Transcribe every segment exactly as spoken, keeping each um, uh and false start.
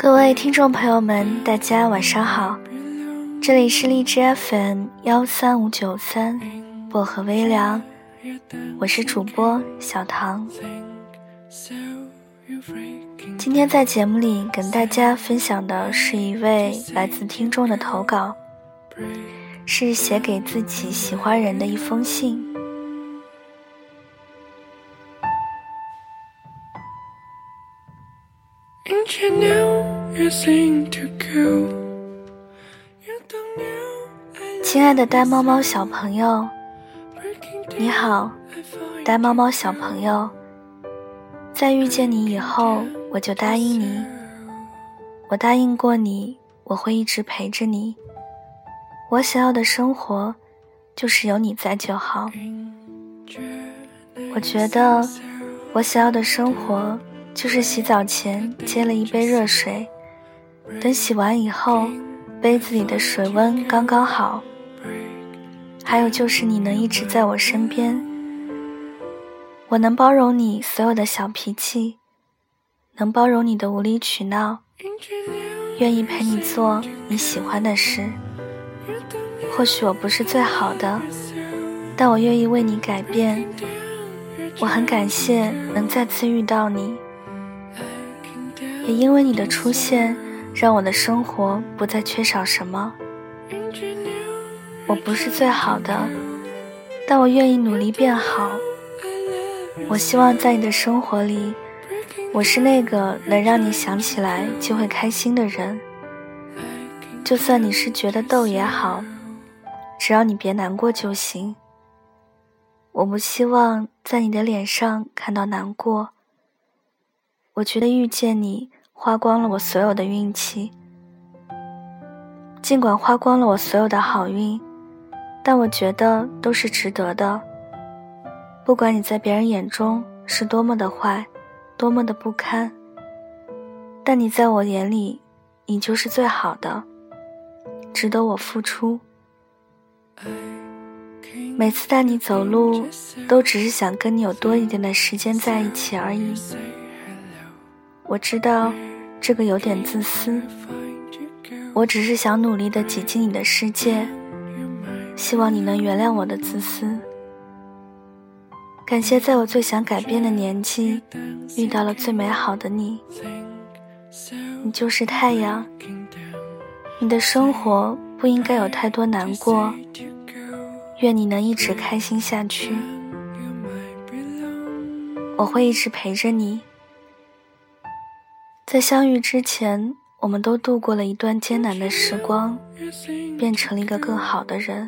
各位听众朋友们，大家晚上好，这里是荔枝 F M 一三五九三薄荷微凉，我是主播小唐。今天在节目里跟大家分享的是一位来自听众的投稿，是写给自己喜欢人的一封信。亲爱的呆猫猫小朋友，你好，呆猫猫小朋友，在遇见你以后，我就答应你，我答应过你，我会一直陪着你。我想要的生活，就是有你在就好。我觉得，我想要的生活，就是洗澡前接了一杯热水，等洗完以后，杯子里的水温刚刚好。还有就是你能一直在我身边，我能包容你所有的小脾气，能包容你的无理取闹，愿意陪你做你喜欢的事。或许我不是最好的，但我愿意为你改变。我很感谢能再次遇到你，也因为你的出现，让我的生活不再缺少什么。我不是最好的，但我愿意努力变好。我希望在你的生活里，我是那个能让你想起来就会开心的人。就算你是觉得逗也好，只要你别难过就行。我不希望在你的脸上看到难过。我觉得遇见你花光了我所有的运气，尽管花光了我所有的好运，但我觉得都是值得的。不管你在别人眼中是多么的坏，多么的不堪，但你在我眼里，你就是最好的，值得我付出。每次带你走路，都只是想跟你有多一点的时间在一起而已。我知道这个有点自私，我只是想努力地挤进你的世界，希望你能原谅我的自私。感谢在我最想改变的年纪，遇到了最美好的你。你就是太阳，你的生活不应该有太多难过，愿你能一直开心下去。我会一直陪着你。在相遇之前，我们都度过了一段艰难的时光，变成了一个更好的人。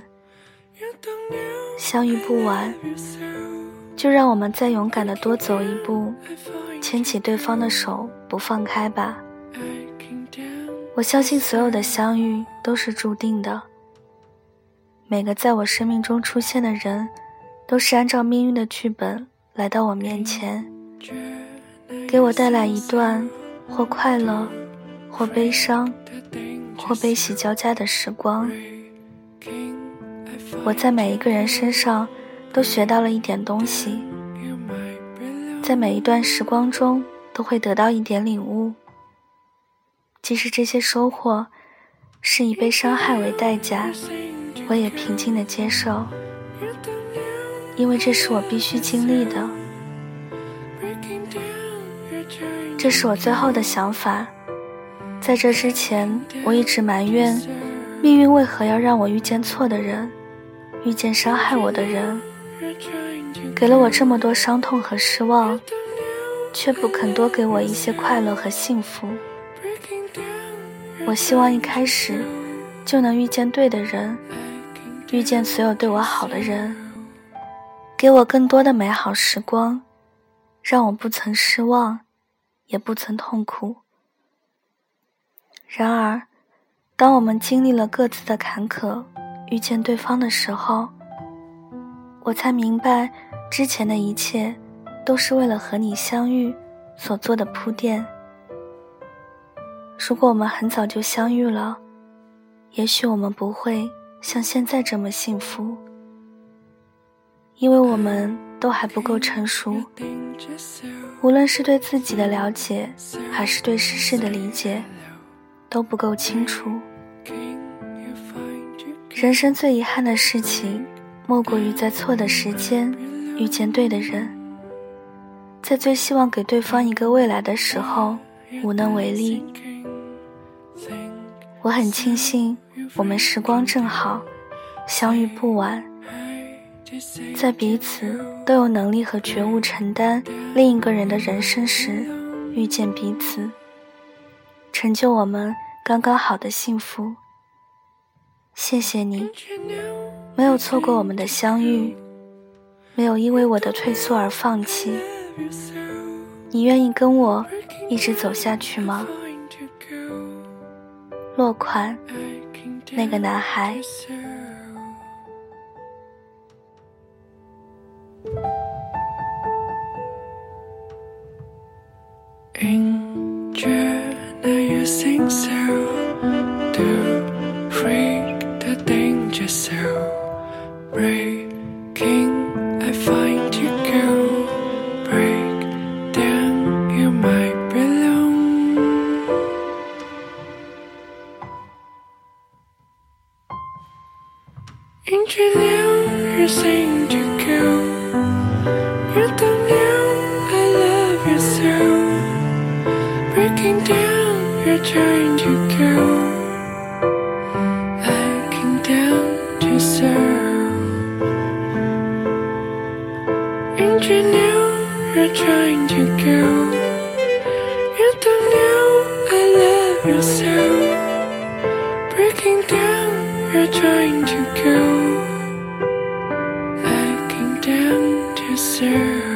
相遇不晚，就让我们再勇敢地多走一步，牵起对方的手不放开吧。我相信所有的相遇都是注定的，每个在我生命中出现的人，都是按照命运的剧本来到我面前，给我带来一段或快乐，或悲伤，或悲喜交加的时光。我在每一个人身上都学到了一点东西，在每一段时光中都会得到一点领悟，即使这些收获是以被伤害为代价，我也平静地接受，因为这是我必须经历的。这是我最后的想法。在这之前，我一直埋怨命运为何要让我遇见错的人，遇见伤害我的人，给了我这么多伤痛和失望，却不肯多给我一些快乐和幸福。我希望一开始就能遇见对的人，遇见所有对我好的人，给我更多的美好时光，让我不曾失望，也不曾痛苦。然而，当我们经历了各自的坎坷，遇见对方的时候，我才明白之前的一切都是为了和你相遇所做的铺垫。如果我们很早就相遇了，也许我们不会像现在这么幸福，因为我们都还不够成熟，无论是对自己的了解，还是对世事的理解， 都不够清楚。人生最遗憾的事情，莫过于在错的时间遇见对的人，在最希望给对方一个未来的时候无能为力。我很庆幸我们时光正好，相遇不晚，在彼此都有能力和觉悟承担另一个人的人生时遇见彼此，成就我们刚刚好的幸福。谢谢你，没有错过我们的相遇，没有因为我的退缩而放弃。你愿意跟我一直走下去吗？落款，那个男孩。 Introducing so to freak the danger so breaking I find you go break down you might belong Introducing to go you don't know I love you so breaking down, you're trying to go Looking down to serve And you know you're trying to go You don't know I love you so Breaking down, you're trying to go Looking down to serve